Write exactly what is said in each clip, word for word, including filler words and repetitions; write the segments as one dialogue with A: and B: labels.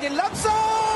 A: هذه اللمسة،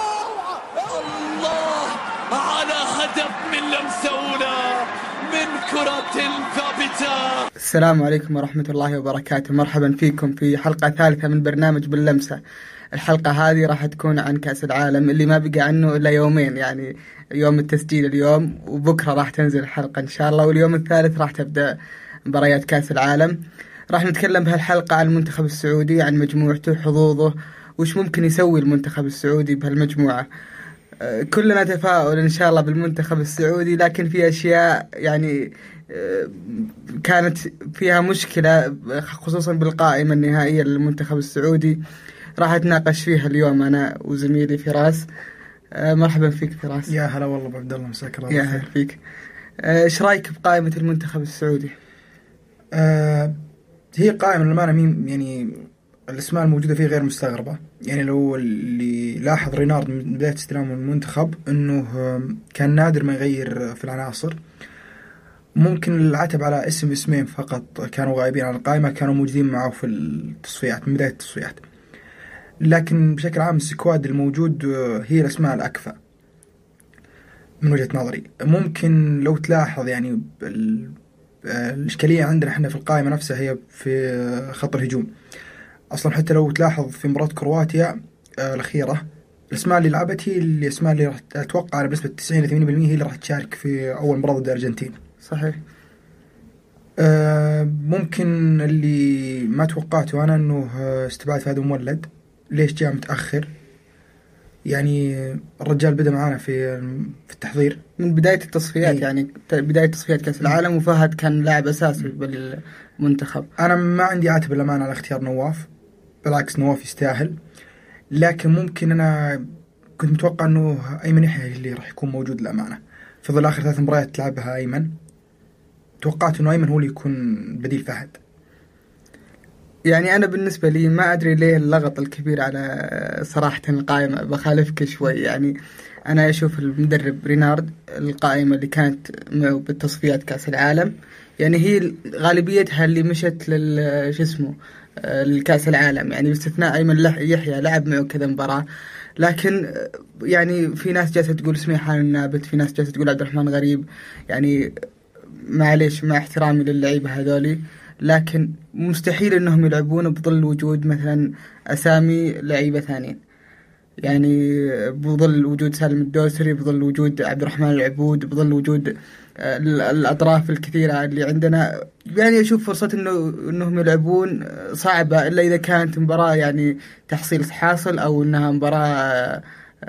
B: الله على هدف من لمسة أولى من كرة ثابتة.
C: السلام عليكم ورحمة الله وبركاته. مرحبا فيكم في حلقة ثالثة من برنامج باللمسة. الحلقة هذه راح تكون عن كأس العالم اللي ما بقى عنه إلا يومين، يعني يوم التسجيل اليوم وبكرة راح تنزل الحلقة إن شاء الله، واليوم الثالث راح تبدأ مباريات كأس العالم. راح نتكلم بهالحلقة عن المنتخب السعودي، عن مجموعته، حظوظه، وش ممكن يسوي المنتخب السعودي بهالمجموعة. كلنا تفاؤل إن شاء الله بالمنتخب السعودي، لكن في أشياء يعني كانت فيها مشكلة خصوصا بالقائمة النهائية للمنتخب السعودي، راح أتناقش فيها اليوم أنا وزميلي فراس. مرحبا فيك فراس.
D: يا هلا والله عبد الله، مساك الله.
C: يا هلا فيك. إيش رأيك بقائمة المنتخب السعودي؟
D: آه هي قائمة للأمانة مين يعني الأسماء الموجودة فيه غير مستغربة. يعني لو اللي لاحظ رينارد من بداية استلامه المنتخب أنه كان نادر ما يغير في العناصر. ممكن العتب على اسم اسمين فقط كانوا غايبين عن القائمة، كانوا موجودين معه في التصفيات من بداية التصفيات، لكن بشكل عام السكواد الموجود هي الأسماء الأكفأ من وجهة نظري. ممكن لو تلاحظ يعني الإشكالية عندنا احنا في القائمة نفسها هي في خط الهجوم. أصلا حتى لو تلاحظ في مباراة كرواتيا الأخيرة الأسماء اللي لعبت هي الأسماء اللي راح أتوقع بنسبة تسعين إلى ثمانين بالمئة هي اللي راح تشارك في أول مباراة ضد الأرجنتين.
C: صحيح.
D: آه ممكن اللي ما توقعته أنا أنه استبعاد فهد مولد. ليش جاء متأخر؟ يعني الرجال بدأ معانا في في التحضير
C: من بداية التصفيات. إيه؟ يعني بداية تصفيات كأس العالم، وفهد كان لاعب أساسي بالمنتخب.
D: أنا ما عندي عاتب الأمان على اختيار نواف، بالعكس نواف يستاهل، لكن ممكن أنا كنت متوقع أنه أيمن يحيى اللي راح يكون موجود للأمانة في ظل آخر ثلاث مباريات تلعبها أيمن. توقعت أنه أيمن هو اللي يكون بديل فهد.
C: يعني أنا بالنسبة لي ما أدري ليه اللغط الكبير على صراحة القائمة. بخالفك شوي، يعني أنا أشوف المدرب رينارد القائمة اللي كانت معه بالتصفيات كأس العالم يعني هي غالبيتها اللي مشت لل شو اسمه الكأس العالم، يعني باستثناء أيمن يحيى لعب معه كذا مباراة. لكن يعني في ناس جالسة تقول سميحان النابت، في ناس جالسة تقول عبد الرحمن غريب. يعني معليش مع احترامي للعيبة هذولي، لكن مستحيل انهم يلعبون بظل وجود مثلا اسامي لعيبة ثانيين. يعني بظل وجود سالم الدوسري، بظل وجود عبد الرحمن العبود، بظل وجود الاطراف الكثيرة اللي عندنا. يعني اشوف فرصة انه انهم يلعبون صعبة الا اذا كانت مباراة يعني تحصيل حاصل، او انها مباراة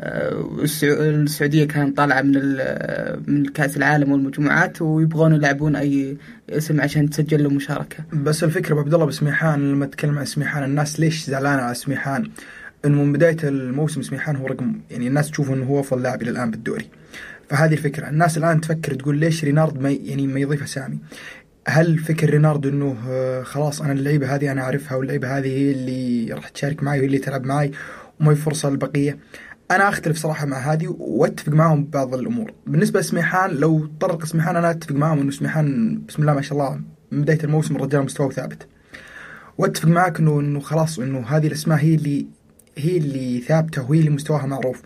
C: السعودية كانت طالعة من من كأس العالم والمجموعات ويبغون يلعبون أي اسم عشان تسجل له مشاركة.
D: بس الفكرة عبد الله بسميحان، لما تكلم عن سميحان الناس ليش زعلانة على سميحان؟ إنه من بداية الموسم سميحان هو رقم، يعني الناس تشوفه إنه هو أفضل لاعب إلى الآن بالدوري. فهذه الفكرة. الناس الآن تفكر تقول ليش رينارد ما يعني ما يضيف أسامي؟ هل فكر رينارد إنه خلاص أنا اللعيبة هذه أنا أعرفها واللعيبة هذه هي اللي راح تشارك معي وهي اللي تلعب معي وما في فرصة للبقية؟ أنا أختلف صراحة مع هذه وأتفق معهم ببعض الأمور. بالنسبة لسميحان، لو طرق سميحان أنا أتفق معهم إنه سميحان بسم الله ما شاء الله من بداية الموسم الرجال مستواه ثابت، وأتفق معك إنه إنه خلاص إنه هذه الأسماء هي اللي هي اللي ثابتة وهي اللي مستواها معروف.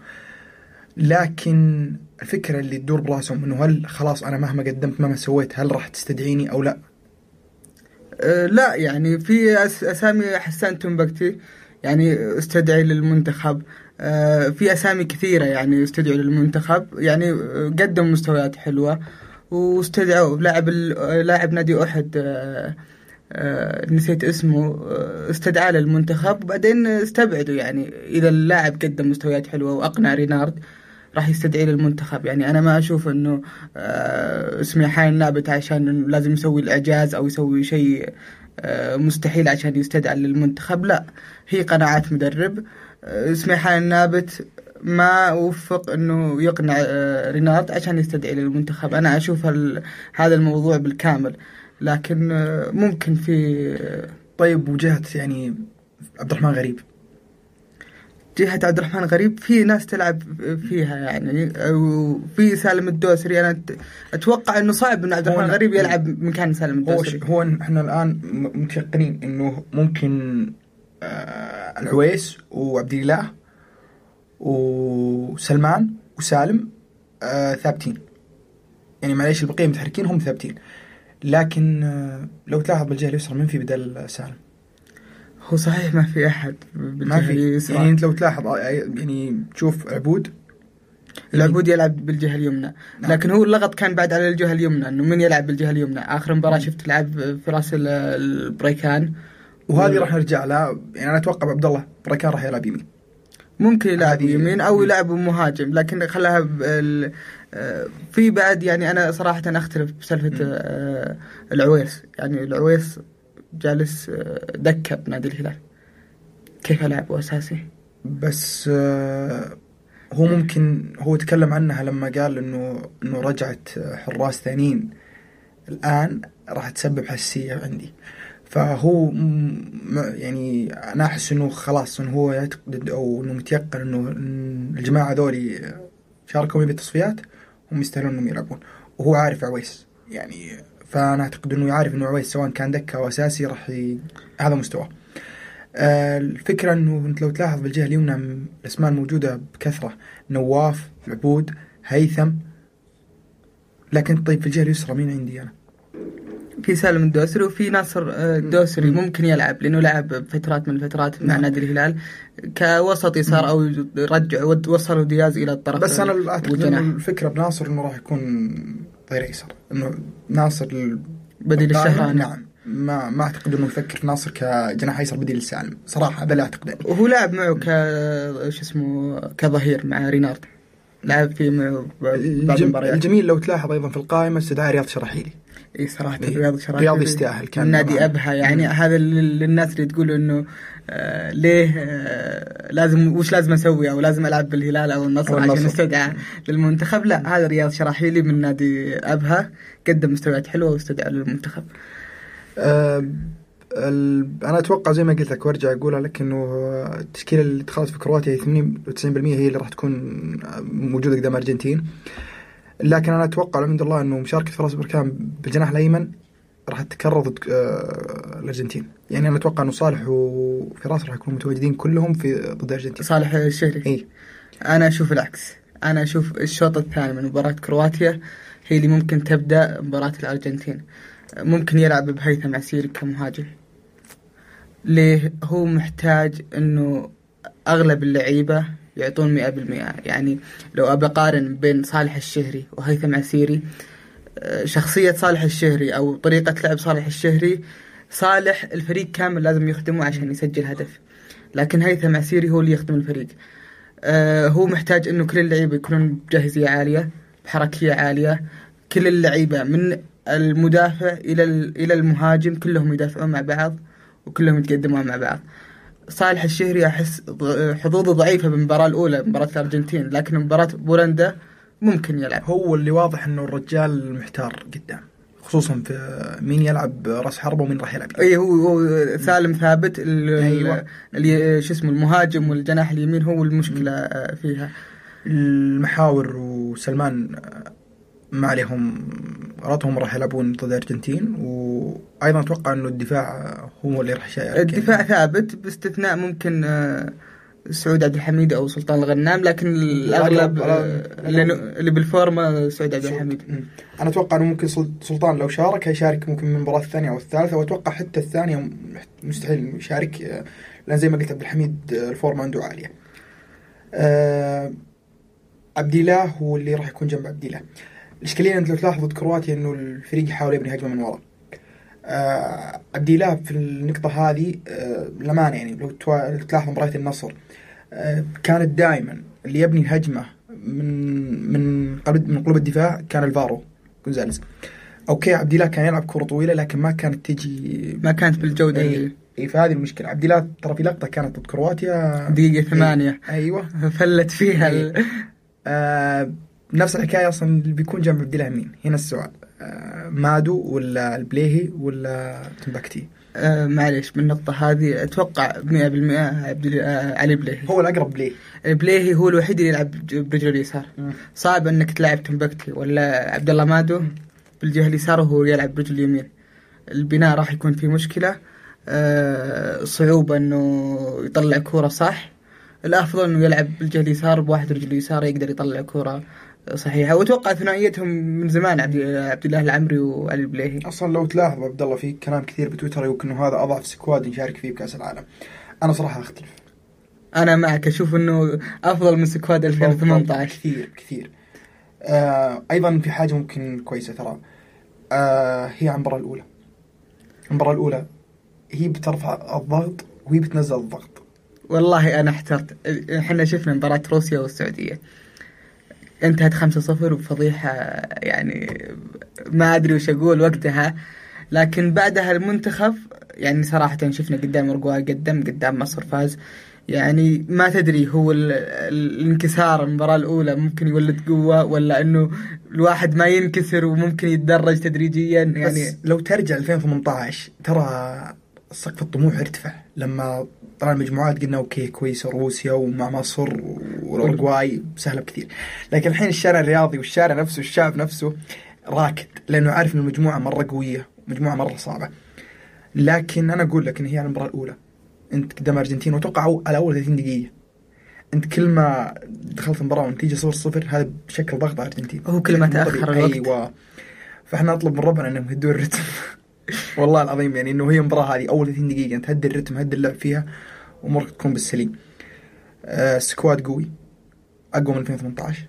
D: لكن الفكرة اللي تدور براسهم إنه هل خلاص أنا مهما قدمت مهما سويت هل راح تستدعيني أو لا؟
C: أه لا، يعني في أسامي حسان تنبكتي يعني استدعي للمنتخب. آه في أسامي كثيرة يعني استدعوا للمنتخب، يعني قدم مستويات حلوة واستدعوا. لاعب لاعب نادي أحد آه آه نسيت اسمه آه استدعى للمنتخب وبعدين استبعدوا. يعني إذا اللاعب قدم مستويات حلوة وأقنع رينارد راح يستدعي للمنتخب. يعني أنا ما أشوف إنه آه سميحان النابت عشان لازم يسوي الإعجاز أو يسوي شيء آه مستحيل عشان يستدعى للمنتخب. لا، هي قناعات مدرب. سميحان النابت ما وفق انه يقنع رينارد عشان يستدعي للمنتخب. انا اشوف هذا الموضوع بالكامل، لكن ممكن في.
D: طيب وجهة يعني عبد الرحمن غريب،
C: جهة عبد الرحمن غريب في ناس تلعب فيها يعني، وفي سالم الدوسري. انا اتوقع انه صعب ان عبد الرحمن غريب يلعب مكان سالم الدوسري.
D: هو, هو احنا الان متيقنين انه ممكن آه العويس وعبد الله وسلمان وسالم آه ثابتين، يعني معليش البقية متحركين هم ثابتين. لكن آه لو تلاحظ بالجهة اليسرى من في بدل سالم؟
C: هو صحيح ما في أحد
D: ما في، يعني أنت لو تلاحظ يعني تشوف عبود
C: العبود يلعب بالجهة اليمنى. نعم. لكن هو اللغط كان بعد على الجهة اليمنى إنه من يلعب بالجهة اليمنى. آخر مباراة شفت لعب في راس البريكان،
D: وهذه و... راح نرجع لها. يعني أنا أتوقع عبد الله بريكان راح يلعب يمين،
C: ممكن يلعب يمين أو يلعب مهاجم، لكن خلاها بال... في بعد. يعني أنا صراحة أختلف بسالفة العويس. يعني العويس جالس دكة بنادي الهلال، كيف لعبه أساسي؟
D: بس هو ممكن هو تكلم عنها لما قال إنه إنه رجعت حراس ثانيين الآن راح تسبب حساسية عندي. فهو يعني أنا أحس إنه خلاص إنه هو يعتقد أو إنه متيقن إنه الجماعة ذولي شاركوا بالتصفيات هم يستاهلون إنهم يلعبون، وهو عارف عويس يعني. فأنا أعتقد إنه يعرف إنه عويس سواء كان دكة أو أساسي راح ي... هذا مستوى. آه الفكرة إنه أنت لو تلاحظ بالجهة اليمنى الأسماء الموجودة بكثرة، نواف، عبود، هيثم. لكن طيب في الجهة اليسرى مين عندي أنا؟
C: في سالم الدوسري وفي ناصر الدوسري ممكن يلعب لأنه لعب فترات من الفترات مع نادي الهلال كوسط يسار أو رجع وصلوا دياز إلى الطرف.
D: بس أنا أعتقد إنه الفكرة بناصر إنه راح يكون ظهير أيسر، إنه ناصر
C: بديل الشهراني.
D: نعم، ما ما أعتقد إنه يفكر في ناصر كجناح أيسر بديل السالم صراحة، بل أعتقد.
C: وهو لعب معه ك إيش اسمه كظهير مع رينارد، لعب فيه معه بعض المباريات.
D: الجميل لو تلاحظ أيضا في القائمة استدعاء رياض شراحيلي.
C: اي صراحة
D: إيه؟
C: رياض شراحيلي
D: رياض يستاهل كان
C: نادي أبها. يعني هذا للناس اللي تقول إنه آه ليه آه لازم وش لازم أسوي أو لازم ألعب بالهلال أو النصر, أو النصر. عشان استدعى للمنتخب. لا، هذا رياض شراحيلي من نادي أبها قدم مستويات حلوة واستدعى للمنتخب.
D: أه أنا أتوقع زي ما قلت لك وارجع أقولها لك إنه التشكيلة اللي اتخذت في كرواتيا ثمانين وتسعين بالمئة هي اللي راح تكون موجودة قدام الأرجنتين. لكن أنا أتوقع الحمد الله إنه مشاركة فراس بركان بالجناح الأيمن راح تتكرر ضد الأرجنتين. يعني أنا أتوقع إنه صالح وفراس راح يكونوا متواجدين كلهم في ضد الأرجنتين.
C: صالح الشهري.
D: إيه؟
C: أنا أشوف العكس. أنا أشوف الشوط الثاني من مباراة كرواتيا هي اللي ممكن تبدأ مباراة الأرجنتين. ممكن يلعب بهيثم عسيري كمهاجم. ليه؟ هو محتاج إنه أغلب اللعيبة يعطون مئة بالمئة. يعني لو أبى أقارن بين صالح الشهري وهيثم عسيري، شخصية صالح الشهري أو طريقة لعب صالح الشهري، صالح الفريق كامل لازم يخدمه عشان يسجل هدف، لكن هيثم عسيري هو اللي يخدم الفريق. هو محتاج إنه كل اللعيبة يكونون بجاهزية عالية، بحركية عالية. كل اللعيبة من المدافع إلى إلى المهاجم كلهم يدافعون مع بعض وكلهم يتقدمون مع بعض. صالح الشهري أحس حظوظه ضعيفة بالمباراة الأولى مباراة الأرجنتين، لكن مباراة بولندا ممكن يلعب.
D: هو اللي واضح إنه الرجال محتار قدام، خصوصا في مين يلعب رأس حربة ومين راح يلعب.
C: أي هو, هو سالم ثابت أيوة. اللي شو اسمه المهاجم والجناح اليمين هو المشكلة فيها.
D: المحاور وسلمان ما عليهم غلطهم، راح يلعبون ضد الأرجنتين. وأيضا أتوقع إنه الدفاع هو اللي راح يشارك.
C: الدفاع يعني ثابت باستثناء ممكن سعود عبد الحميد أو سلطان الغنام، لكن الأغلب اللي بالفورمة سعود عبد الحميد.
D: أنا أتوقع إنه ممكن سلطان لو شارك هيشارك ممكن من المباراة الثانية أو الثالثة، وأتوقع حتى الثانية مستحيل يشارك، لأن زي ما قلت عبد الحميد الفورمة عنده عالية. أه عبد الله هو اللي راح يكون جنب عبد الله. الإشكالية أنت لو تلاحظوا كرواتيا إنه الفريق يحاول يبني هجمة من وراء. آه عبد الله في النقطة هذه آه لمان يعني لو تلاحظوا مباراة النصر آه كانت دائما اللي يبني الهجمة من من قلب من قلوب الدفاع كان الفارو جونزاليز. أوكي عبد الله كان يلعب كرة طويلة لكن ما كانت تجي،
C: ما كانت بالجودة.
D: أي إيه فهذه المشكلة. عبد الله ترى في لقطة كانت ضد كرواتيا
C: دقيقة ثمانية
D: إيه أيوة
C: فلت فيها.
D: إيه آه نفس الحكاية أصلا اللي بيكون جنب عبد الله مين. هنا السؤال آه مادو ولا البليهي ولا تنبكتي؟
C: آه معليش بالنقطة هذه أتوقع مئة بالمئة عبد آه علي بليهي
D: هو الأقرب. بليهي
C: بليهي هو الوحيد اللي يلعب برجله اليسار. صعب أنك تلعب تنبكتي ولا عبد الله مادو بالجهة اليسار وهو يلعب برجل اليمين. البناء راح يكون فيه مشكلة. آه صعوبة أنه يطلع كورة صح. الأفضل إنه يلعب بالجهة اليسار بواحد رجل يسار يقدر يطلع كرة صحيحة. وأتوقع ثنائيتهم من زمان عبد عبد الله العمري وعلي البليهي.
D: أصلا لو تلاحظ عبد الله في كلام كثير بتويتر يقول إنه هذا أضعف سكواد نشارك فيه بكأس العالم. أنا صراحة أختلف.
C: أنا معك، أشوف إنه أفضل من سكواد ألفين وثمانية عشر
D: كثير كثير. آه أيضا في حاجة ممكن كويسة ترى، آه هي عن المباراة الأولى. المباراة الأولى هي بترفع الضغط وهي بتنزل الضغط.
C: والله أنا احترت. إحنا شفنا مباراة روسيا والسعودية انتهت خمسة صفر وفضيحة، يعني ما أدري وش أقول وقتها. لكن بعدها المنتخب يعني صراحة شفنا قدام أورجواي قدم، قدام مصر فاز. يعني ما تدري هو الانكسار المباراة الأولى ممكن يولد قوة، ولا إنه الواحد ما ينكسر وممكن يتدرج تدريجيا. يعني
D: بس لو ترجع ألفين وثمانية عشر ترى سقف الطموح ارتفع لما طلع المجموعات، قلنا أوكي كويسة روسيا ومع مصر والأورجواي سهلة بكثير. لكن الحين الشارع الرياضي والشارع نفسه الشعب نفسه راكد، لأنه عارف إن المجموعة مرة قوية، مجموعة مرة صعبة. لكن أنا أقول لك إن هي المباراة الأولى أنت قدام أرجنتين وتوقع على أول ثلاثين دقيقة، أنت كل ما دخلت المباراة ونتيجة صفر صفر هذا بشكل ضغط على أرجنتين.
C: هو كل ما تأخر الوقت.
D: أيوة. فإحنا نطلب من ربنا إنهم يهدوا الرتم. والله العظيم يعني إنه هي المباراة هذه أول ثلاثين دقيقة أنت هدي الرتم، هدي اللعب فيها وأمورك تكون بالسليم. آه سكواد قوي أقوى من ألفين وثمانية عشر.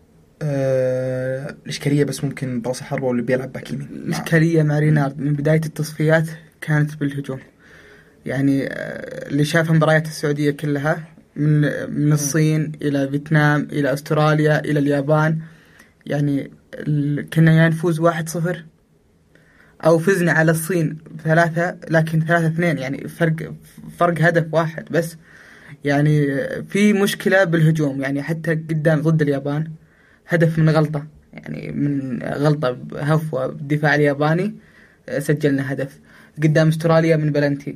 D: آه الإشكالية بس ممكن براس حربة واللي بيلعب باك يمين.
C: الإشكالية مع رينارد من بداية التصفيات كانت بالهجوم. يعني اللي شاف مباريات السعودية كلها من من الصين إلى فيتنام إلى أستراليا إلى اليابان، يعني كنا نفوز واحد صفر أو فزنا على الصين ثلاثة، لكن ثلاثة اثنين يعني فرق فرق هدف واحد بس. يعني في مشكلة بالهجوم، يعني حتى قدام ضد اليابان هدف من غلطة، يعني من غلطة هفوة بالدفاع الياباني سجلنا هدف. قدام استراليا من بلنتي،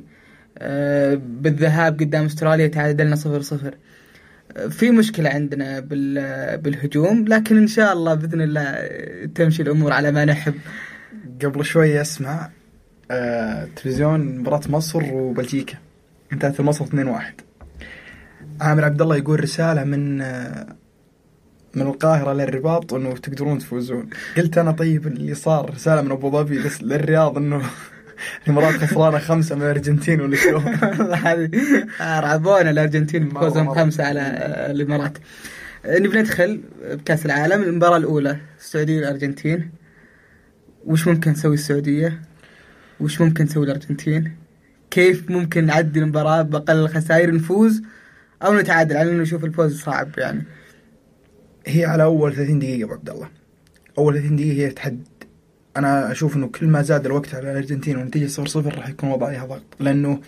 C: بالذهاب قدام استراليا تعادلنا صفر صفر. في مشكلة عندنا بالهجوم، لكن إن شاء الله بإذن الله تمشي الأمور على ما نحب.
D: قبل شوي أسمع آه، تلفزيون مباراة مصر وبلجيكا انتهت مصر اثنين واحد. عامر عبد الله يقول رسالة من آه، من القاهرة للرباط إنه تقدرون تفوزون. قلت أنا طيب اللي صار رسالة من أبو ظبي للرياض إنه الإمارات خسرانة خمسة من الأرجنتين ولا شو.
C: هذه رعبونا الأرجنتين بفوزهم خمسة على الإمارات. نبي ندخل بكأس العالم. المباراة الأولى السعودية والأرجنتين، وش ممكن نسوي السعودية؟ وش ممكن نسوي الأرجنتين؟ كيف ممكن نعدي المباراة بأقل الخسائر، نفوز أو نتعادل؟ على إنه نشوف الفوز صعب يعني.
D: هي على أول ثلاثين دقيقة أبو عبد الله، أول ثلاثين دقيقة هي تحد. أنا أشوف إنه كل ما زاد الوقت على الأرجنتين ونتيجة صفر صفر راح يكون وضع عليها ضغط، لأنه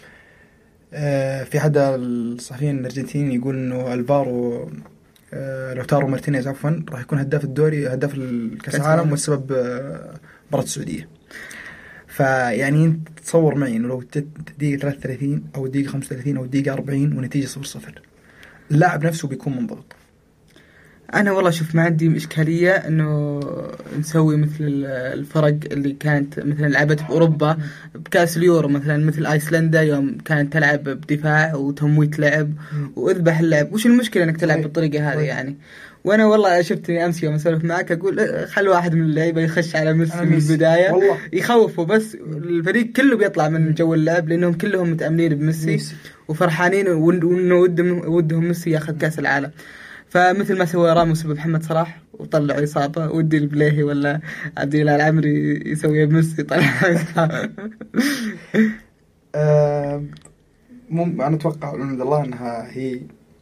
D: آه في حد الصحفيين الأرجنتينيين يقول إنه الفارو آه لوتارو مارتينيز عفوا راح يكون هداف الدوري، هداف الكأس العالم، والسبب آه مباراة السعودية. فيعني أنت تصور معي إنه لو دقيقة ثلاثة وثلاثين أو دقيقة خمسة وثلاثين أو دقيقة أربعين ونتيجة صفر صفر اللاعب نفسه بيكون منضغط.
C: أنا والله شوف ما عندي إشكالية إنه نسوي مثل الفرق اللي كانت مثلا لعبت بأوروبا بكأس اليورو، مثلا مثل أيسلندا يوم كانت تلعب بدفاع وتمويت لعب وأذبح اللعب. وش المشكلة إنك تلعب بالطريقة هذه يعني؟ وأنا والله شفتني أمس يوم أسولف معك أقول خل واحد من اللعيبة يخش على ميسي من البداية يخوفه، بس الفريق كله بيطلع من جو اللعب لأنهم كلهم متأمنين بميسي وفرحانين وإنه ودهم ودهم ميسي ياخذ كأس العالم. فمثل ما سوى راموس بمحمد صلاح وطلع إصابة، ودي البليهي ولا عبد الله العمري يسوي ميسي طلع إصابة.
D: أه مم أنا أتوقع من الله أنها هي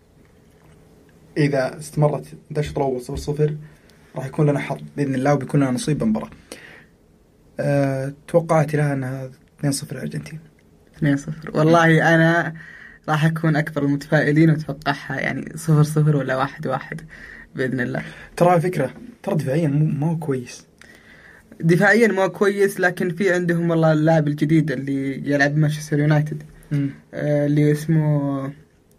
D: إذا استمرت دش طلوع صفر صفر راح يكون لنا حظ بإذن الله وبيكون لنا نصيب بالمباراة. أه توقعت لها أنها اثنين صفر الأرجنتين.
C: اثنين صفر والله أنا راح أكون أكبر المتفائلين وتوقعها يعني صفر صفر ولا واحد واحد بإذن الله.
D: ترى فكرة ترى دفاعيا ما هو كويس،
C: دفاعيا ما هو كويس، لكن في عندهم والله اللاعب الجديد اللي يلعب مانشستر يونايتد آه اللي اسمه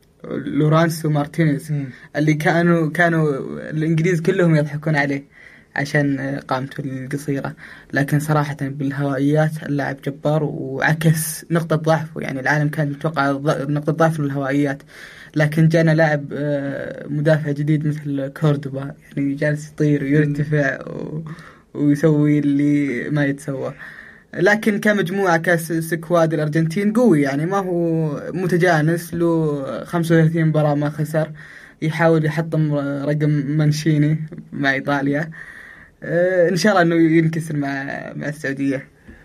C: لورانسو مارتينيز، اللي كانوا كانوا الإنجليز كلهم يضحكون عليه عشان قامته القصيرة، لكن صراحة بالهوائيات اللاعب جبار وعكس نقطة ضعفه. يعني العالم كان متوقع نقطة ضعف الهوائيات، لكن جانا لاعب مدافع جديد مثل كوردوبا، يعني جالس يطير ويرتفع و... ويسوي اللي ما يتسوى. لكن كمجموعة كاس سكواد الأرجنتين قوي، يعني ما هو متجانس، له خمسة وثلاثين مباراة ما خسر، يحاول يحطم رقم مانشيني مع إيطاليا. أه إن شاء الله إنه ينكسر مع مع السعودية.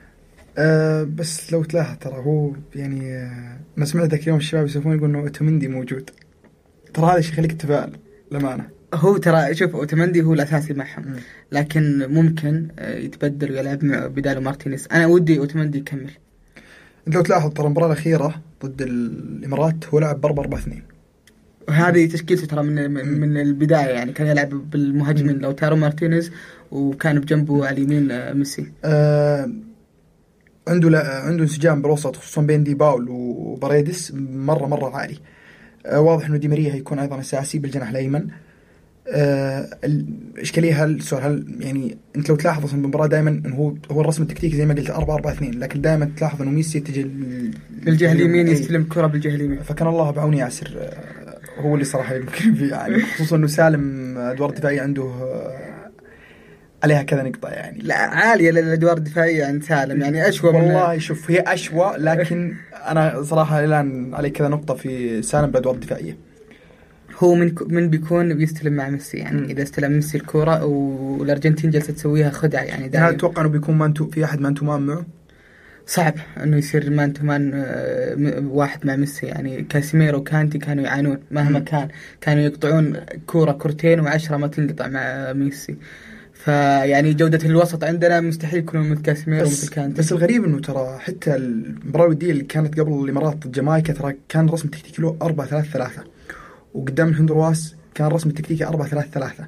D: أه بس لو تلاحظ ترى هو يعني أه أنا سمعت ذاك اليوم الشباب يسوون يقولون إنه أوتمندي موجود، ترى هذا الشيء يخليك تتفائل لمعنى.
C: هو ترى شوف أوتمندي هو الأساسي معهم، م. لكن ممكن يتبدل ويلعب مع بداله مارتينيز. أنا ودي أوتمندي يكمل.
D: أنت لو تلاحظ ترى المباراة الأخيرة ضد الإمارات هو لعب بأربعة أربعة اثنين،
C: وهذه تشكيلته ترى من من البداية، يعني كان يلعب بالمهاجمين لو تارو مارتينيز، وكان بجنبه على اليمين ميسي.
D: آه عنده لا عنده انسجام بالوسط خصوصا بين دي باول وبريدس مرة مرة عالي. آه واضح إنه دي ماريا هيكون أيضا أساسي بالجناح الأيمن. آه الإشكالية هل سؤال هل يعني أنت لو تلاحظ أصلا بالمباراة دائما إنه هو هو الرسم التكتيكي زي ما قلت أربعة أربعة اثنين، لكن دائما تلاحظ إنه ميسي يتجه
C: بالجهة اليمين يستلم كرة بالجهة اليمين،
D: فكان الله بعون ياسر آه هو اللي صراحة يمكن فيه يعني، خصوصا إنه سالم أدوار الدفاعية عنده آه عليها كذا نقطة يعني
C: لا عالية للأدوار الدفاعية عند سالم، يعني أشوى
D: والله. شوف هي أشوى، لكن أنا صراحة الآن علي كذا نقطة في سالم بالأدوار الدفاعية.
C: هو من من بيكون بيستلم مع ميسي، يعني م. إذا استلم ميسي الكرة والأرجنتين جالسة تسويها خدعة يعني دائما.
D: هل تتوقع إنه بيكون مانتو في أحد مانتو مان معه؟
C: صعب إنه يصير مانتو مان واحد مع ميسي، يعني كاسيميرو وكانتي كانوا يعانون مهما م. كان، كانوا يقطعون كرة كرتين وعشرة ما تنقطع مع ميسي. فيعني جودة الوسط عندنا مستحيل يكونوا مثل كاسيميرو ومثل كانتي.
D: بس الغريب إنه ترى حتى المباراة الودية اللي كانت قبل الإمارات ضد جامايكا ترى كان رسم تكتيكي له أربعة ثلاثة ثلاثة، وقدام الهندرواس كان رسم التكتيكي أربعة ثلاثة ثلاثة.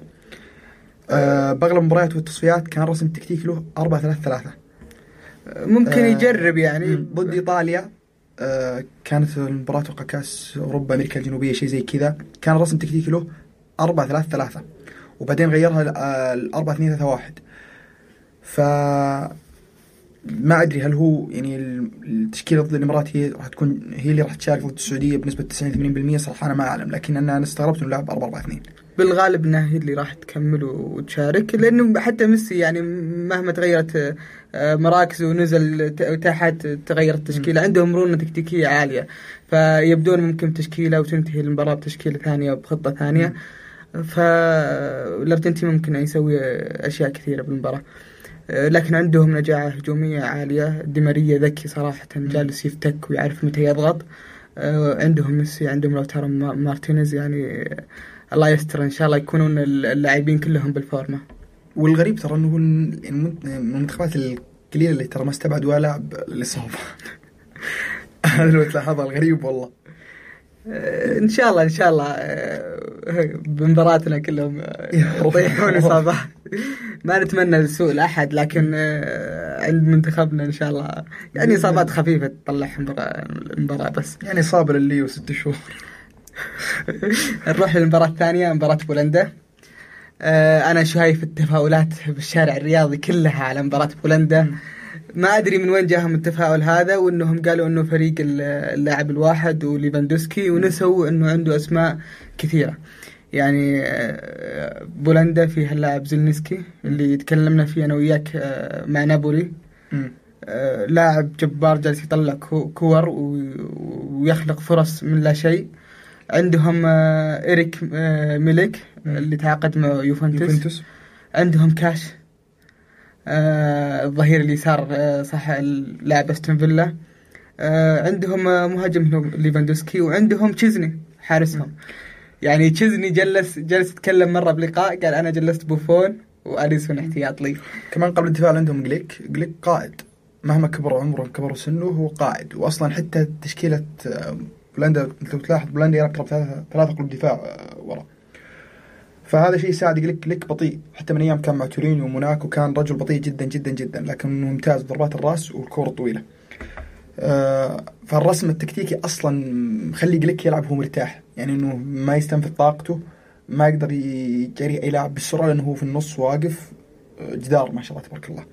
D: أه بأغلب المباريات والتصفيات كان رسم التكتيكي له أربعة ثلاثة ثلاثة.
C: ممكن أه يجرب يعني
D: ضد إيطاليا. أه كانت المباراة توقع كاس أوروبا أمريكا الجنوبية شيء زي كذا، كان رسم التكتيكي له أربعة ثلاثة ثلاثة، وبعدين غيرها الأربعة اثنين ثلاثة واحد. ف ما أدري هل هو يعني التشكيلة ضد الإمارات هي راح تكون هي اللي راح تشارك ضد السعودية بنسبة تسعين ثمانين بالمئة، صراحة أنا ما أعلم، لكن أنا استغربت إنه لعب أربعة أربعة اثنين.
C: بالغالب إنها هي اللي راح تكمل وتشارك، لأنه حتى ميسي يعني مهما تغيرت مراكزه ونزل تحت تغيرت التشكيلة، عندهم مرونة تكتيكية عالية، فيبدون ممكن تشكيلة وتنتهي المباراة بتشكيلة ثانية بخطة ثانية. فالأرجنتين ممكن يسوي أشياء كثيرة بالمباراة، لكن عندهم نجاعة هجومية عالية. دي ماريا ذكي صراحة، جالس يفتك ويعرف متى يضغط. عندهم ميسي، عندهم لوتارو مارتينيز، يعني الله يستر إن شاء الله يكونون اللاعبين كلهم بالفورمة.
D: والغريب ترى إنه من المنتخبات القليلة اللي ترى ما استبعدوا لاعب للإصابة. هذا لو تلاحظها الغريب والله.
C: إن شاء الله إن شاء الله بمباراتنا كلهم يطيحون إصابات. ما نتمنى السوء لأحد، لكن عند منتخبنا إن شاء الله يعني إصابات خفيفة تطلعهم المباراة بس.
D: يعني صابر اللي وست شهور.
C: نروح للمباراة الثانية، مباراة بولندا. أنا شايف التفاؤلات بالشارع الرياضي كلها على مباراة بولندا. ما أدري من وين جاهم التفاؤل هذا، وإنهم قالوا إنه فريق اللاعب الواحد وليفاندوسكي، ونسوا إنه عنده أسماء كثيرة. يعني بولندا فيها اللاعب زيلنسكي اللي تكلمنا فيه أنا وياك مع نابولي، لاعب جبار جالس يطلع كور ويخلق فرص من لا شيء. عندهم إيريك ميليك اللي تعاقد مع يوفنتوس. عندهم كاش الظهير اللي صار صح لاعب أستون فيلا. عندهم مهاجم ليفاندوسكي، وعندهم تشيزني حارسهم. يعني تشيزني جلس جلس يتكلم مرة بلقاء قال أنا جلست بوفون وأليسون احتياط لي.
D: كمان قبل الدفاع عندهم جليك جليك قائد مهما كبر عمره كبر سنه هو قائد. وأصلا حتى تشكيلة بولندا لو تلاحظ بولندا يلعب ثلاثة ثلاثة قلوب دفاع ورا، فهذا شيء يساعد. جليك جليك بطيء حتى من أيام كان مع تورينيو وموناكو، كان رجل بطيء جدا جدا جدا، لكنه ممتاز ضربات الراس والكرة الطويلة. آه فالرسم التكتيكي أصلا مخلي جليك يلعب هو مرتاح، يعني إنه ما يستنفذ طاقته، ما يقدر يجري أي لاعب بالسرعة لأنه هو في النص واقف جدار ما شاء الله تبارك الله.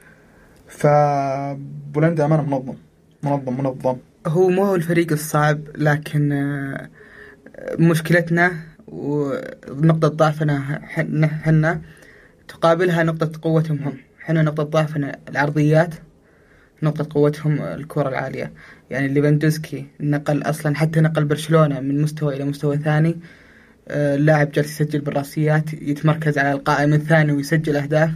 D: فبولندا أمانة منظم منظم منظم.
C: هو مو هو الفريق الصعب، لكن مشكلتنا ونقطة ضعفنا حنا تقابلها نقطة قوتهم هم. حنا نقطة ضعفنا العرضيات، نقطة قوتهم الكرة العالية. يعني ليفاندوسكي نقل أصلا، حتى نقل برشلونة من مستوى إلى مستوى ثاني. اللاعب جالس يسجل بالرأسيات، يتمركز على القائم الثاني ويسجل أهداف.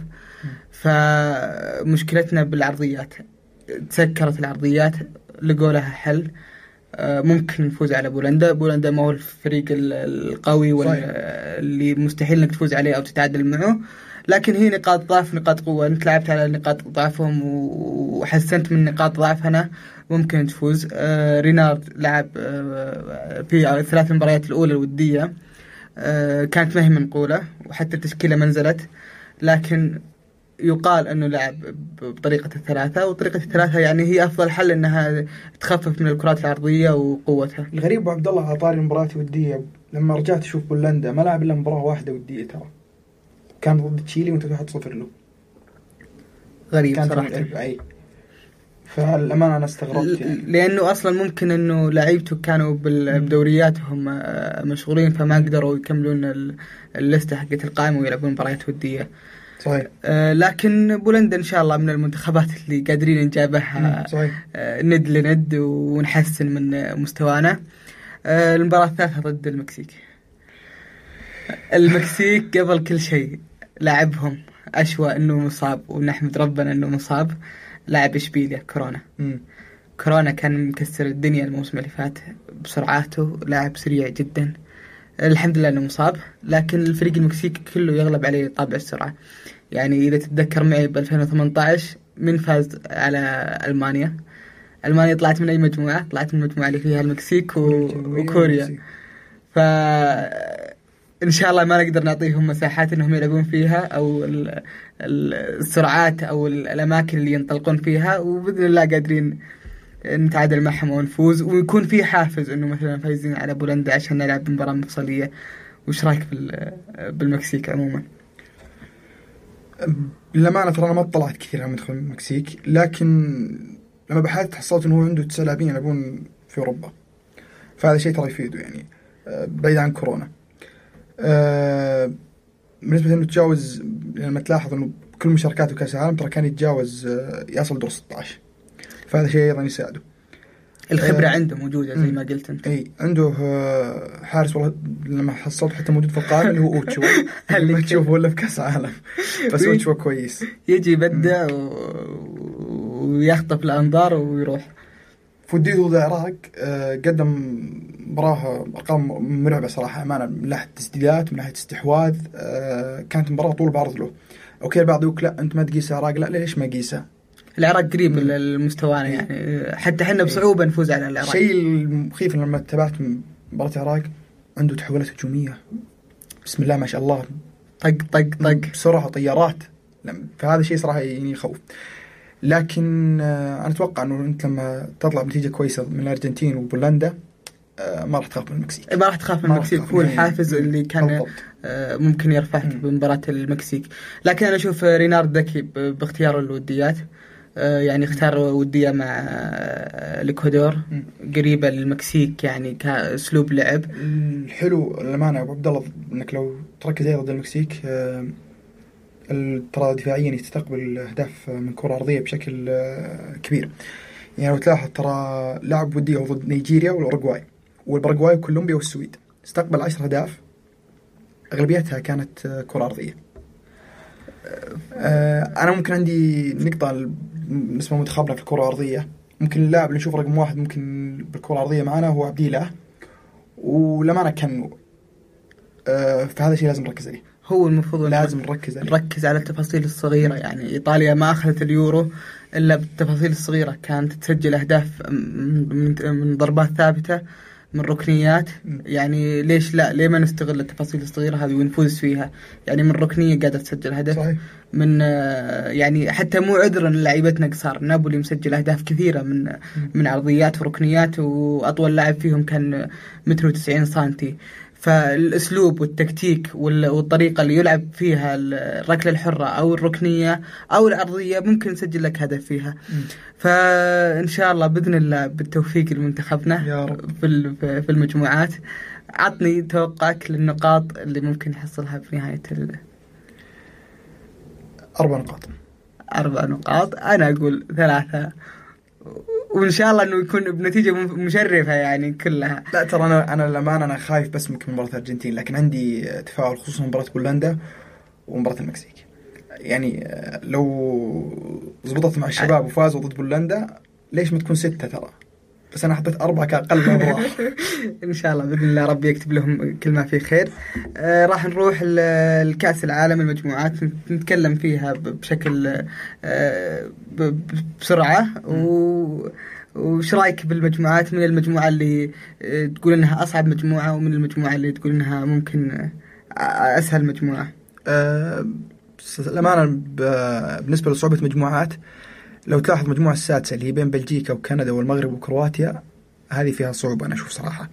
C: فمشكلتنا بالعرضيات، تسكرت العرضيات، لقوا لها حل. ممكن نفوز على بولندا. بولندا ما هو الفريق القوي واللي مستحيل انك تفوز عليه او تتعادل معه، لكن هي نقاط ضعف نقاط قوة. انت لعبت على نقاط ضعفهم وحسنت من نقاط ضعفنا، ممكن تفوز. رينارد لعب في الثلاث مباريات الاولى الودية، كانت ما هي منقولة وحتى التشكيلة ما نزلت، لكن يقال أنه لعب بطريقة الثلاثة، وطريقة الثلاثة يعني هي أفضل حل أنها تخفف من الكرات العرضية وقوتها.
D: الغريب أبو عبد الله على طاري المباراة الودية، لما رجعت أشوف بولندا ما لعب إلا مباراة واحدة ودية، ترى كان ضد تشيلي وأنت واحد صفر له.
C: غريب صراحة.
D: أي فالأمانة أنا استغربت يعني.
C: لأنه أصلا ممكن أنه لعيبته كانوا بدورياتهم مشغولين، فما قدروا يكملون اللستة حقت القائمة ويلعبون مباريات ودية.
D: صحيح.
C: آه لكن بولندا إن شاء الله من المنتخبات اللي قادرين نجابها آه ند لند ونحسن من مستوانا. آه المباراة الثالثة ضد المكسيك. المكسيك قبل كل شيء لاعبهم أشوى إنه مصاب، ونحمد ربنا إنه مصاب. لاعب إشبيليا كورونا.
D: م.
C: كورونا كان مكسر الدنيا الموسم اللي فات بسرعاته، لاعب سريع جدا. الحمد لله انه مصاب، لكن الفريق المكسيكي كله يغلب عليه طابع السرعة. يعني إذا تتذكر معي ب ألفين وثمانية عشر من فاز على ألمانيا؟ ألمانيا طلعت من أي مجموعة؟ طلعت من المجموعة اللي فيها المكسيك و... وكوريا. فإن شاء الله ما نقدر نعطيهم مساحات إنهم يلعبون فيها، أو ال... السرعات أو الأماكن اللي ينطلقون فيها، وبإذن الله قادرين نتعادل معهم ونفوز، ويكون في حافز إنه مثلا فايزين على بولندا عشان نلعب مباراة مفصلية. وش رأيك بالمكسيك عموما؟
D: للأمانة ترى أنا ما اطلعت كثير على منتخب المكسيك، لكن لما بحثت حصلت إنه هو عنده تسع لاعبين يلعبون في أوروبا، فهذا شيء ترى يفيده يعني بعيد عن كورونا. بالنسبة إنه تجاوز، لما تلاحظ إنه كل مشاركاته كأس العالم ترى كان يتجاوز يصل دور ستة عشر، فهذا شيء أيضا يساعده.
C: الخبرة آه عنده موجودة زي ما قلت أنت.
D: أي عنده حارس والله لما حصلت حتى موجود في القائمة اللي هو أوتشوا اللي ما تشوفه ولا في كأس عالم، بس أوتشوا كويس،
C: يجي يبدع و... ويخطف الأنظار ويروح.
D: فوديه ضد العراق قدم مباراة أرقام مرعبة صراحة أمانة، من ناحية تسديدات من ناحية استحواذ. كانت مباراة طول بعرض له. أوكي البعض يقول لا أنت ما تقيس العراق، لا ليش ما قيسه؟
C: العراق قريب للمستوى يعني، حتى حنا بصعوبة نفوز على العراق.
D: شيء المخيف لما تابعت مباراة العراق، عنده تحولات هجومية بسم الله ما شاء الله،
C: طق طق طق
D: بسرعة طيارات، فهذا شيء صراحة يعني يخوف. لكن أنا أتوقع أنه أنت لما تطلع بنتيجة كويسة من الأرجنتين وبولندا ما راح تخاف من المكسيك.
C: ما راح تخاف من المكسيك، هو الحافز اللي كان بالضبط. ممكن يرفعك بمباراة المكسيك. لكن أنا أشوف رينارد ذكي باختيار الوديات، يعني اختار ودية مع الإكوادور قريبة للمكسيك يعني كأسلوب لعب.
D: الحلو للأمانة أبو عبد الله إنك لو تركز ضد المكسيك، ترى دفاعيا يستقبل أهداف من كرة أرضية بشكل كبير. يعني لو تلاحظ ترى لعب ودية ضد نيجيريا والأوروغواي والباراغواي وكولومبيا والسويد، استقبل عشر أهداف أغلبيتها كانت كرة أرضية. أنا ممكن عندي نقطة بالنسبة لمنتخبنا في الكرة الأرضية، ممكن اللاعب اللي نشوف رقم واحد ممكن بالكرة الأرضية معنا هو عبد الله، ولما أنا كان فهذا شيء لازم نركز عليه.
C: هو المفروض
D: لازم نركز عليه،
C: نركز على التفاصيل الصغيرة. يعني إيطاليا ما أخذت اليورو إلا بالتفاصيل الصغيرة، كانت تسجل أهداف من ضربات ثابتة من ركنيات. يعني ليش لا، ليه ما نستغل التفاصيل الصغيرة هذه ونفوز فيها؟ يعني من ركنية قادر تسجل هدف.
D: صحيح.
C: من يعني حتى مو عذرا لعيبتنا قصار، نابولي مسجل أهداف كثيرة من من عرضيات وركنيات، وأطول لاعب فيهم كان متر وتسعين سنتي. فالأسلوب والتكتيك والطريقة اللي يلعب فيها الركلة الحرة أو الركنية أو الأرضية ممكن نسجل لك هدف فيها. م. فإن شاء الله بإذن الله بالتوفيق لمنتخبنا
D: يا رب.
C: في المجموعات. عطني توقعك للنقاط اللي ممكن يحصلها في نهاية ال...
D: أربع نقاط.
C: أربع نقاط. أنا أقول ثلاثة، وإن شاء الله إنه يكون بنتيجة مشرفة يعني كلها.
D: لا ترى أنا أنا للأمانة أنا خايف بس من مباراة الأرجنتين، لكن عندي تفاؤل خصوصا مباراة بولندا ومباراة المكسيك. يعني لو ضبطت مع الشباب وفازوا ضد بولندا ليش ما تكون ستة ترى، بس أنا حطيت أربعة كأقل من راح.
C: إن شاء الله بإذن الله ربي يكتب لهم كل ما فيه خير. آه راح نروح الكأس العالم المجموعات نتكلم فيها بشكل آه بسرعة. و وش رايك بالمجموعات؟ من المجموعة اللي تقول إنها أصعب مجموعة ومن المجموعة اللي تقول إنها ممكن أسهل مجموعة؟
D: أه الأمانة بالنسبة لصعوبة مجموعات، لو تلاحظ مجموعة السادسة اللي هي بين بلجيكا وكندا والمغرب وكرواتيا هذه فيها صعوبة أنا أشوف صراحة.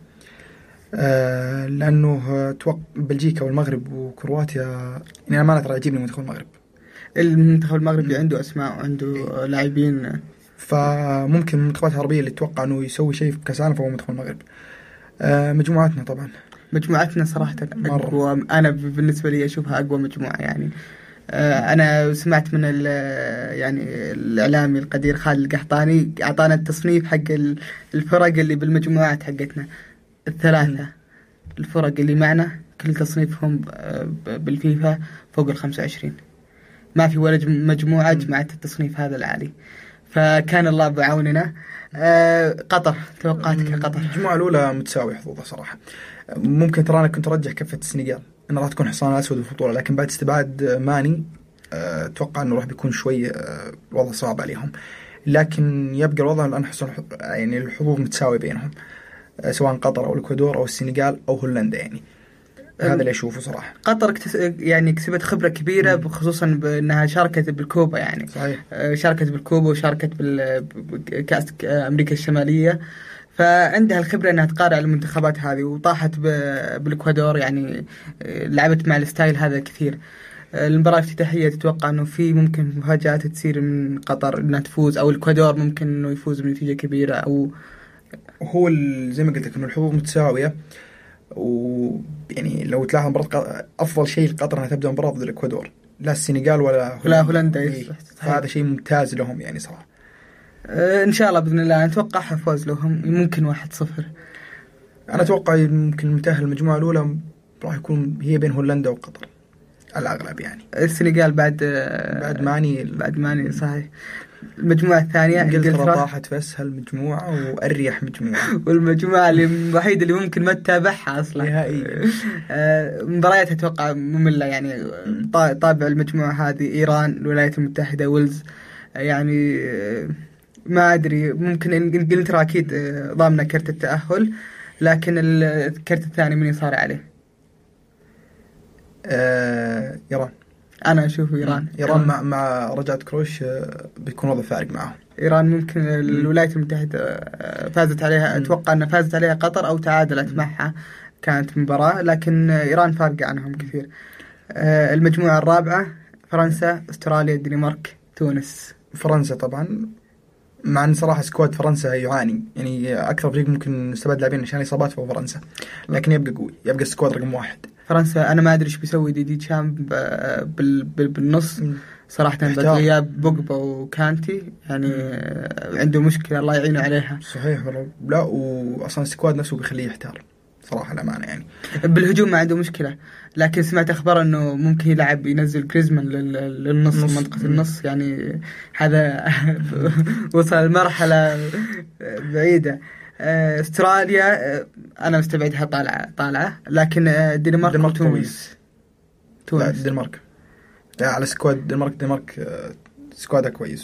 D: أه لأنه توقع بلجيكا والمغرب وكرواتيا يعني أنا ما ترى يعجبني منتخب المغرب.
C: المنتخب المغربي عنده أسماء وعنده لاعبين،
D: فممكن المنتخبات العربية اللي تتوقع أنه يسوي شيء في كأس العالم فهو منتخب المغرب. أه مجموعاتنا طبعا
C: مجموعتنا صراحة أقوى. أنا بالنسبة لي أشوفها أقوى مجموعة يعني. أنا سمعت من يعني الإعلامي القدير خالد القحطاني أعطانا التصنيف حق الفرق اللي بالمجموعات حقتنا الثلاثة. الفرق اللي معنا كل تصنيفهم بالفيفا فوق الخمسة وعشرين، ما في ولا مجموعة جمعت التصنيف هذا العالي، فكان الله بعوننا. قطر، توقعاتك قطر؟
D: الجماعة الأولى متساوي حظوظها صراحة. ممكن ترى أنا كنت أرجح كفة السنغال إنها راح تكون حصان أسود في البطولة، لكن بعد استبعاد ماني أتوقع إنه راح بيكون شوي وضع صعب عليهم، لكن يبقى الوضع الآن حصل يعني الحظوظ متساوي بينهم سواء قطر أو الإكوادور أو السنغال أو هولندا. يعني هذا اللي أشوفه صراحة.
C: قطر يعني كسبت خبرة كبيرة خصوصا بأنها شاركت بالكوبا يعني.
D: صحيح.
C: شاركت بالكوبا وشاركت بالكأس أمريكا الشمالية، فعندها الخبرة أنها تقارع المنتخبات هذه، وطاحت بالإكوادور يعني لعبت مع الستايل هذا كثير. المباراة الافتتاحية تتوقع أنه في ممكن مفاجآت تصير من قطر أنها تفوز، أو الإكوادور ممكن أنه يفوز بنتيجة كبيرة، أو
D: هو زي ما قلت لك أنه الحظوظ متساوية. ويعني لو تلاحظ مباراة أفضل شيء لقطر أنها تبدأ مباراة ضد الإكوادور، لا السنغال ولا
C: لا هولندا.
D: هذا شيء ممتاز لهم يعني صراحة.
C: أه إن شاء الله بإذن الله نتوقع فوز لهم، ممكن واحد صفر.
D: أنا أتوقع ممكن متأهل المجموعة الأولى راح يكون هي بين هولندا وقطر الأغلب يعني.
C: السنغال بعد
D: بعد ماني
C: بعد ماني صحيح. المجموعة الثانية
D: إنجلترا طاحت في أسهل مجموعة وأريح مجموعة
C: والمجموعة اللي الوحيدة اللي ممكن ما تتابعها أصلا
D: نهائيا.
C: مباريات أتوقع مملة يعني. طابع المجموعة هذه إيران، الولايات المتحدة، ويلز، يعني ما أدري. ممكن إنجلترا أكيد ضامنة كرت التأهل، لكن الكرت الثاني من يصارع عليه؟
D: آه إيران.
C: أنا أشوف إيران.
D: إيران مع مع رجعة كروش بيكون وضع فارق معهم.
C: إيران ممكن الولايات المتحدة فازت عليها، أتوقع أن فازت عليها قطر أو تعادلت معها، كانت مباراة، لكن إيران فارقة عنهم كثير. المجموعة الرابعة فرنسا، أستراليا، الدنمارك، تونس.
D: فرنسا طبعا، مع أن صراحة سكواد فرنسا يعاني يعني. أكثر فريق ممكن استبعد لاعبين عشان إصابات فهو فرنسا، لكن يبقى قوي، يبقى السكواد رقم واحد.
C: فرنسا أنا ما أدري إيش بيسوي ديدي تشام بالنص صراحة، بعد غياب بوجبا وكانتي يعني م. عنده مشكلة الله يعينه عليها.
D: صحيح والله. لا وأصلا السكواد نفسه بيخليه يحتار صراحة الأمانة يعني.
C: بالهجوم ما عنده مشكلة، لكن سمعت أخبار إنه ممكن يلعب ينزل جريزمان للنص، منطقة النص يعني. هذا وصل مرحلة بعيدة. استراليا أنا مستبعدها طالعة طالعة، لكن الدنمارك وتونس.
D: تونس. لا الدنمارك على سكواد الدنمارك. الدنمارك سكوادها كويس،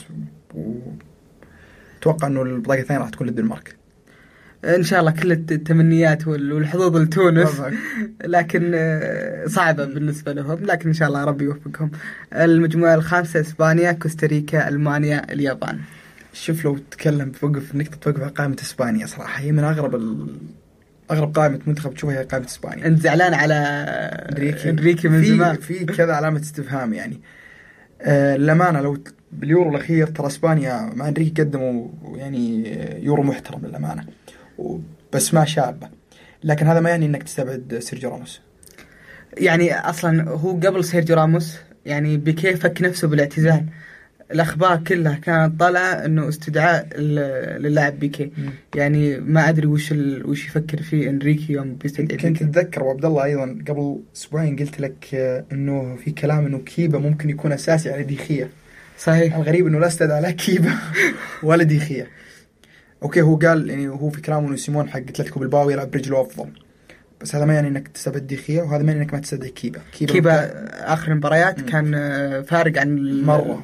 D: وتوقع إنه البطاقة الثانية راح تكون للدنمارك
C: إن شاء الله. كل التمنيات والحظوظ لتونس، لكن صعبة بالنسبة لهم، لكن إن شاء الله ربي يوفقهم. المجموعة الخامسة إسبانيا، كوستاريكا، ألمانيا، اليابان.
D: شوف لو تتكلم توقف نقطة توقف على قائمة إسبانيا صراحة هي من أغرب اغرب قائمه منتخب تشوفها هي قائمه اسبانيا.
C: انت زعلان على
D: انريكي,
C: انريكي من
D: في
C: زمان.
D: في كذا علامه استفهام يعني. آه للامانه لو باليورو الاخير ترى اسبانيا مع انريكي قدموا يعني يورو محترم للامانه، بس ما شابه. لكن هذا ما يعني انك تستبعد سيرجيو راموس.
C: يعني اصلا هو قبل سيرجيو راموس يعني بيكيه فك نفسه بالاعتزال. الاخبار كلها كانت طالعه انه استدعاء للاعب بيكيه. يعني ما ادري وش ال... وش يفكر فيه انريكي يوم بيستدعي.
D: كنت اتذكر وعبد الله ايضا قبل اسبوعين قلت لك انه في كلام انه كيبا ممكن يكون اساسي على ديخيا.
C: صحيح.
D: الغريب انه لا استدعى لا كيبا ولا ديخيا. اوكي هو قال يعني هو في كلامه انه سيمون حق اتلتيكو بالباو يلعب برجله افضل، بس هذا ما يعني انك تستبعد ديخيا، وهذا ما يعني انك ما تستدعي كيبا.
C: كيبا, كيبا اخر مباريات كان فارق عن
D: مره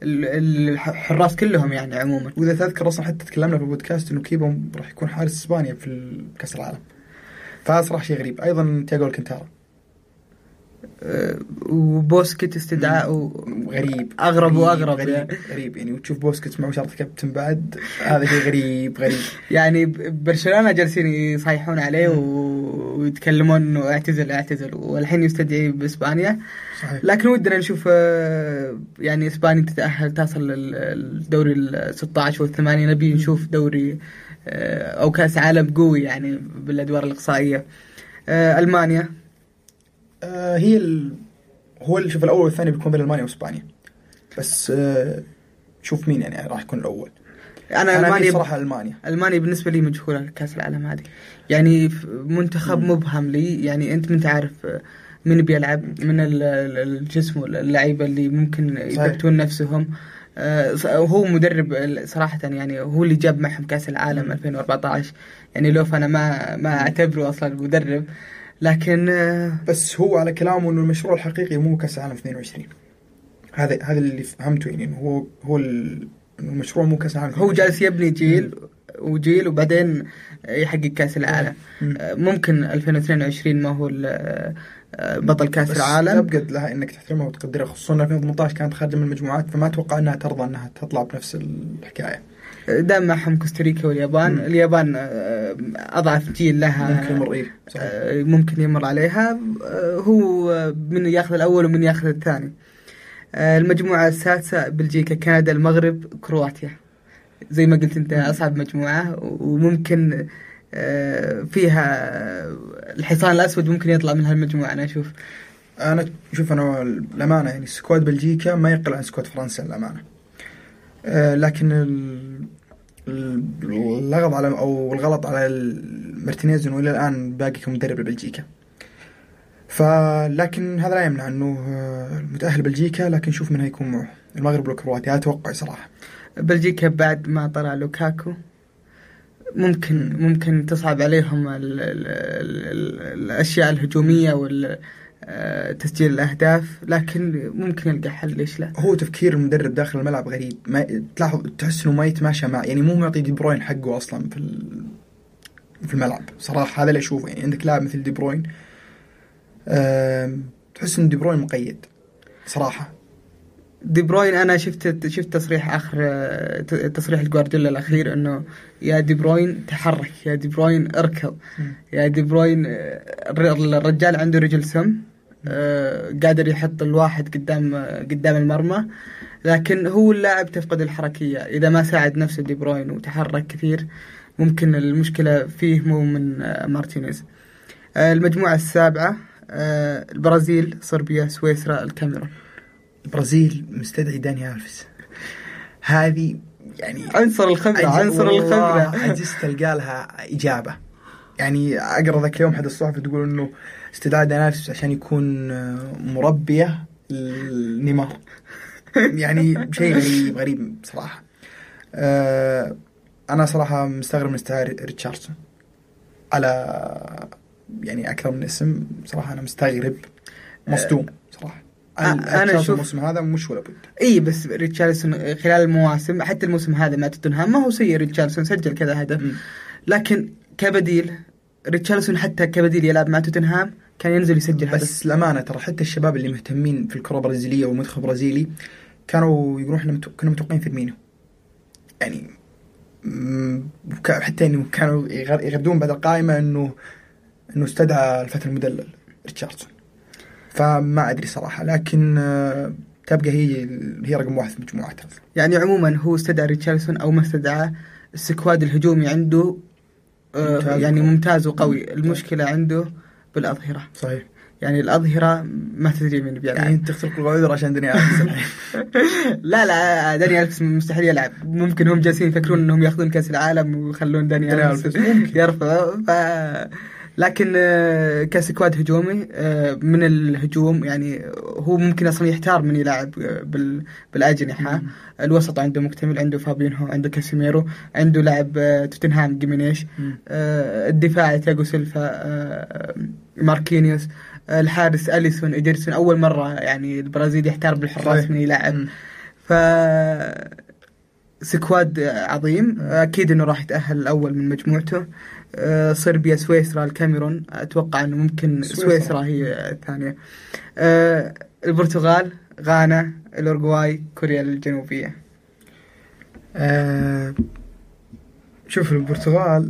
C: الحراس كلهم يعني عموما.
D: واذا تذكر اصلا حتى تكلمنا في البودكاست انه كيبا راح يكون حارس اسبانيا في كاس العالم، فهذا صراحه شيء غريب. ايضا تياغو الكنتارا
C: أه وبوسكيت استدعاء
D: غريب
C: اغرب واغرب
D: غريب
C: يعني.
D: غريب يعني. وتشوف بوسكيت مع شرط كابتن بعد، هذا شيء غريب غريب
C: يعني. برشلونه جالسين يصيحون عليه ويتكلمون انه اعتزل اعتزل والحين يستدعي باسبانيا.
D: صحيح.
C: لكن ودنا نشوف يعني اسبانيا تتاهل تصل للدوري ال ستة عشر والثمانية. نبي نشوف دوري او كاس عالم قوي يعني بالادوار الاقصائيه. المانيا
D: آه هي ال... هو اللي شوف الاول والثاني بيكون بين المانيا واسبانيا، بس آه شوف مين يعني راح يكون الاول.
C: انا, أنا المانيا
D: صراحه المانيا
C: المانيا بالنسبه لي مجهوله لكاس العالم هذه يعني. منتخب م. مبهم لي يعني. انت انت عارف من بيلعب من الجسم واللعيبه اللي ممكن يثبتون نفسهم. آه هو مدرب صراحه يعني هو اللي جاب معهم كاس العالم ألفين وأربعة عشر يعني. لو فانا ما ما اعتبره اصلا مدرب، لكن
D: بس هو على كلامه انه المشروع الحقيقي مو كاس العالم اثنين وعشرين. هذا هذا اللي فهمته يعني. انه هو هو المشروع مو كاس العالم.
C: هو جالس يبني جيل م. وجيل وبعدين يحقق كاس العالم. م. ممكن ألفين واثنين وعشرين ما هو بطل كاس
D: بس
C: العالم.
D: أبقد لها انك تحترمها وتقدرها، خصوصا ألفين وثمانية عشر كانت خارجه من المجموعات، فما اتوقع انها ترضى انها تطلع بنفس الحكايه.
C: دام معهم كوستاريكا واليابان. م. اليابان أضعف جيل لها،
D: ممكن يمر إيه؟
C: ممكن يمر عليها. هو من ياخذ الأول ومن ياخذ الثاني. المجموعة السادسة بلجيكا، كندا، المغرب، كرواتيا. زي ما قلت أنت أصعب مجموعة، وممكن فيها الحصان الأسود ممكن يطلع من هالمجموعة. أنا أشوف
D: أنا شوف أنا الأمانة يعني سكواد بلجيكا ما يقل عن سكواد فرنسا الأمانة. أه لكن اللغط على أو الغلط على مارتينيز إنه إلى الآن باقي كمدرب لبلجيكا. فلكن هذا لا يمنع إنه المتأهل بلجيكا، لكن شوف من هيكون معه المغرب والكرواتيا. أتوقع صراحة
C: بلجيكا بعد ما طلع لوكاكو ممكن م. ممكن تصعب عليهم ال ال ال الأشياء الهجومية وال تسجيل الأهداف، لكن ممكن يلقى حل. ليش لا؟
D: هو تفكير المدرب داخل الملعب غريب، ما تلاحظ تحس إنه ما يتماشى مع يعني مو معطي دي بروين حقه أصلا في في الملعب صراحة. هذا اللي أشوفه يعني. عندك لاعب مثل دي بروين أه تحس إن دي بروين مقيد صراحة.
C: دي بروين أنا شفت شفت تصريح آخر تصريح الجوارديولا الأخير إنه يا دي بروين تحرك، يا دي بروين اركض، يا دي بروين. الرجال عنده رجل سم، آه قادر يحط الواحد قدام قدام المرمى، لكن هو اللاعب تفقد الحركية. إذا ما ساعد نفسه دي بروين وتحرك كثير ممكن المشكلة فيه مو من آه مارتينيز. آه المجموعة السابعة آه البرازيل، صربيا، سويسرا، الكاميرون.
D: البرازيل مستدعي داني ألفيس، هذه يعني
C: عنصر الخبرة عنصر الخبرة
D: عجزت تلقى لها إجابة يعني. أقرأ ذاك اليوم حد الصحفي تقول إنه استدعاء داني ألفيس عشان يكون مربية النيمار يعني شيء غريب غريب صراحة. أه أنا صراحة مستغرب من استدعاء ريتشاردسون على يعني أكثر من اسم صراحة. أنا مستغرب مصدوم صراحة.
C: أنا أشوف
D: الموسم هذا مش ولا بد.
C: إيه بس ريتشاردسون خلال المواسم حتى الموسم هذا مع توتنهام ما هو سيء. ريتشاردسون سجل كذا هدف م. لكن كبديل ريتشاردسون حتى كبديل يلعب مع توتنهام كان ينزل يسجل هدف.
D: بس الأمانة ترى حتى الشباب اللي مهتمين في الكرة البرازيلية والمنتخب البرازيلي كانوا يقولون إحنا متو... كنا متوقعين فيرمينو يعني. حتى إنه كانوا يغردون بعد القائمة إنه انه استدعى الفتى المدلل ريتشاردسون. فما ادري صراحه، لكن تبقى هي هي رقم واحد في مجموعتها.
C: يعني عموما هو استدعى ريتشاردسون او ما استدعى، السكواد الهجومي عنده ممتاز يعني قوي. ممتاز وقوي. المشكله عنده بالاظهره.
D: صحيح،
C: يعني الأظهرة ما تدري من بيلعب.
D: يعني انت تخترق العذر عشان داني ألفيس.
C: لا لا داني ألفيس مستحيل يلعب. ممكن هم جالسين يفكرون انهم ياخذون كأس العالم ويخلون داني ألفيس يرفع. ف... لكن كسكواد هجومي من الهجوم يعني هو ممكن اصلا يحتار من يلعب بال... بالاجنحه. الوسط عنده مكتمل، عنده فابينهو، عنده كاسيميرو، عنده لاعب توتنهام جيمينيش، الدفاع تياغو سيلفا، ماركينيوس، الحارس أليسون، إدرسون. أول مرة يعني البرازيل يحتار بالحراس من يلعب. ف سكواد عظيم، أكيد إنه راح يتأهل الأول من مجموعته. أه صربيا، سويسرا، الكاميرون، أتوقع إنه ممكن سويسرا, سويسرا هي الثانية. أه البرتغال، غانا، الأورغواي، كوريا الجنوبية.
D: أه شوف البرتغال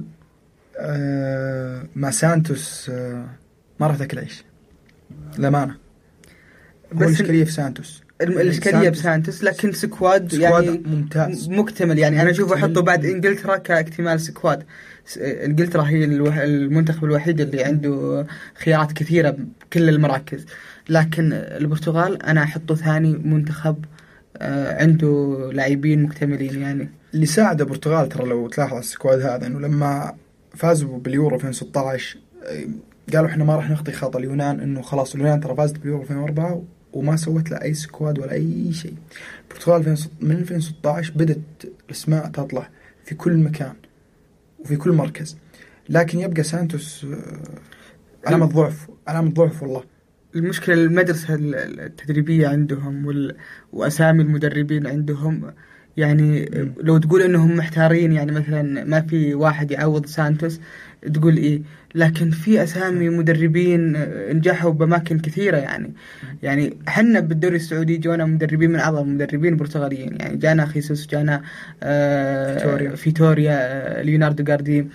D: أه مع سانتوس أه ما راح تاكل عيش للأمانة. بس الإشكالية في سانتوس،
C: الإشكالية بسانتوس، لكن سكواد, سكواد يعني
D: ممتاز
C: مكتمل. يعني أنا أشوف أحطه بعد إنجلترا كاكتمال سكواد. إنجلترا هي المنتخب الوحيد اللي عنده خيارات كثيرة بكل المراكز، لكن البرتغال أنا أحطه ثاني منتخب عنده لاعبين مكتملين. يعني
D: اللي ساعد البرتغال ترى لو تلاحظ السكواد هذا إنه لما فازوا باليورو ألفين وستة عشر قالوا إحنا ما راح نخطي خطأ اليونان، إنه خلاص اليونان ترى فازت باليورو ألفين وأربعة وما سوت له أي سكواد ولا أي شيء. البرتغال من ألفين وستة عشر بدت الأسماء تطلع في كل مكان وفي كل مركز، لكن يبقى سانتوس علامة ضعف، علامة ضعف والله.
C: المشكلة المدرسة التدريبية عندهم وال... وأسامي المدربين عندهم. يعني م. لو تقول إنهم محتارين، يعني مثلا ما في واحد يعوض سانتوس تقول إيه، لكن في أسامي مدربين نجحوا بأماكن كثيرة. يعني يعني حنا بالدوري السعودي جونا مدربين من أعظم المدربين البرتغاليين. يعني جانا خيسوس، جانا آه فيتوريا, فيتوريا آه ليوناردو جارديم.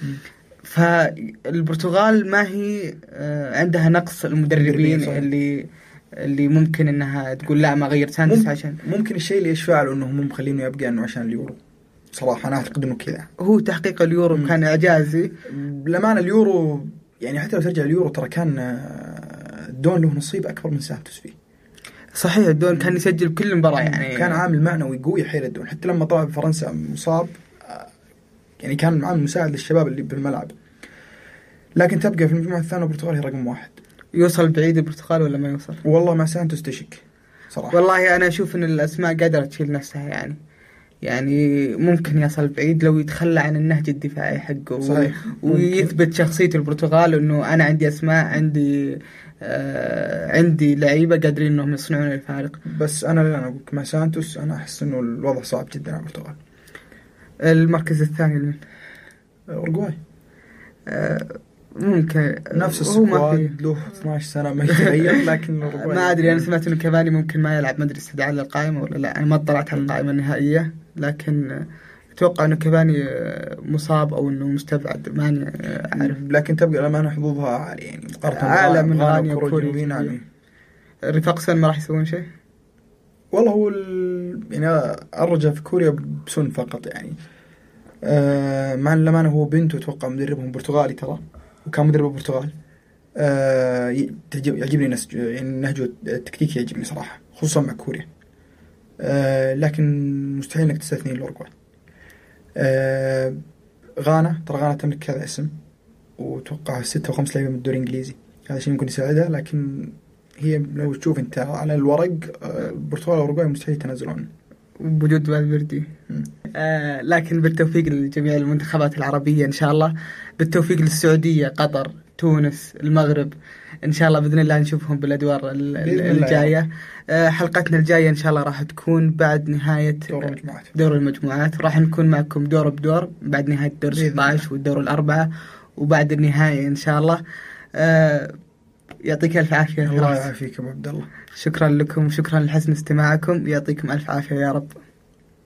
C: فالبرتغال ما هي آه عندها نقص المدربين اللي اللي ممكن انها تقول لا ما غيرت سانتوس
D: ممكن
C: عشان
D: ممكن الشيء اللي يشفع له انهم مخلينه يبقى انه عشان اليورو. صراحه انا اعتقد انه كذا
C: هو تحقيق اليورو م. كان اعجازي
D: للامانه. اليورو يعني حتى لو ترجع اليورو ترى كان دون له نصيب اكبر من سانتوس فيه.
C: صحيح، الدون كان يسجل بكل مباراه، يعني
D: كان عامل معنوي قوي حيل الدون. حتى لما طلع بفرنسا مصاب يعني كان عامل مساعد للشباب اللي بالملعب. لكن تبقى في المجموعه الثانيه البرتغال هي رقم واحد.
C: يوصل بعيد البرتغال ولا ما يوصل؟
D: والله مع سانتوس تشك صراحة.
C: والله أنا أشوف إن الأسماء قادرة تشيل نفسها. يعني يعني ممكن يصل بعيد لو يتخلى عن النهج الدفاعي حقه.
D: صحيح.
C: ويثبت شخصية البرتغال إنه أنا عندي أسماء، عندي آه عندي لعيبة قادرين إنهم يصنعون الفارق.
D: بس أنا اللي أنا أقول مع سانتوس أنا أحس إنه الوضع صعب جدا على البرتغال.
C: المركز الثاني من
D: أورغواي.
C: آه ممكن
D: نفس السكواد له اثنا عشر سنة ما يتغير. لكن
C: ما أدري، أنا سمعت إنه كافاني ممكن ما يلعب، ما أدري استدعاء للقائمة ولا لا. أنا ما اطلعت على القائمة النهائية، لكن أتوقع إنه كافاني مصاب أو إنه مستبعد، ما أعرف.
D: لكن تبقى الأمانة حظوظها عالية يعني
C: مقارنة أعلى من غانا وكوريا.
D: يعني
C: رفاق سن ما راح يسوون شيء.
D: والله هو ال... يعني أرجع في كوريا بسن فقط يعني. آه مع الأمانة هو بنته أتوقع مدربهم برتغالي ترى، وكان مدرب البرتغال. آه يعجبني نسج يعني نهجه التكتيكي يعجبني صراحة، خصوصا مع كوريا. آه لكن مستحيل انك تستثني الأورغواي. آه غانا ترى غانا تملك كذا اسم، وتوقع ستة وخمس لاعبين من الدوري الإنجليزي. هذا شيء ممكن يساعدها، لكن هي لو تشوف انت على الورق آه البرتغال والأورغواي مستحيل يتنازلون
C: بوجود فالفيردي. آه لكن بالتوفيق لجميع المنتخبات العربية إن شاء الله، بالتوفيق للسعودية، قطر، تونس، المغرب، إن شاء الله بإذن الله نشوفهم بالأدوار الجاية. آه حلقتنا الجاية إن شاء الله راح تكون بعد نهاية
D: دور المجموعات.
C: دور المجموعات راح نكون معكم دور بدور بعد نهاية دور ستة عشر والدور الأربعة وبعد النهاية إن شاء الله. آه يعطيك ألف عافية.
D: الله يعافيك أبو عبد الله.
C: شكرا لكم وشكرا لحسن استماعكم، يعطيكم ألف عافية يا رب.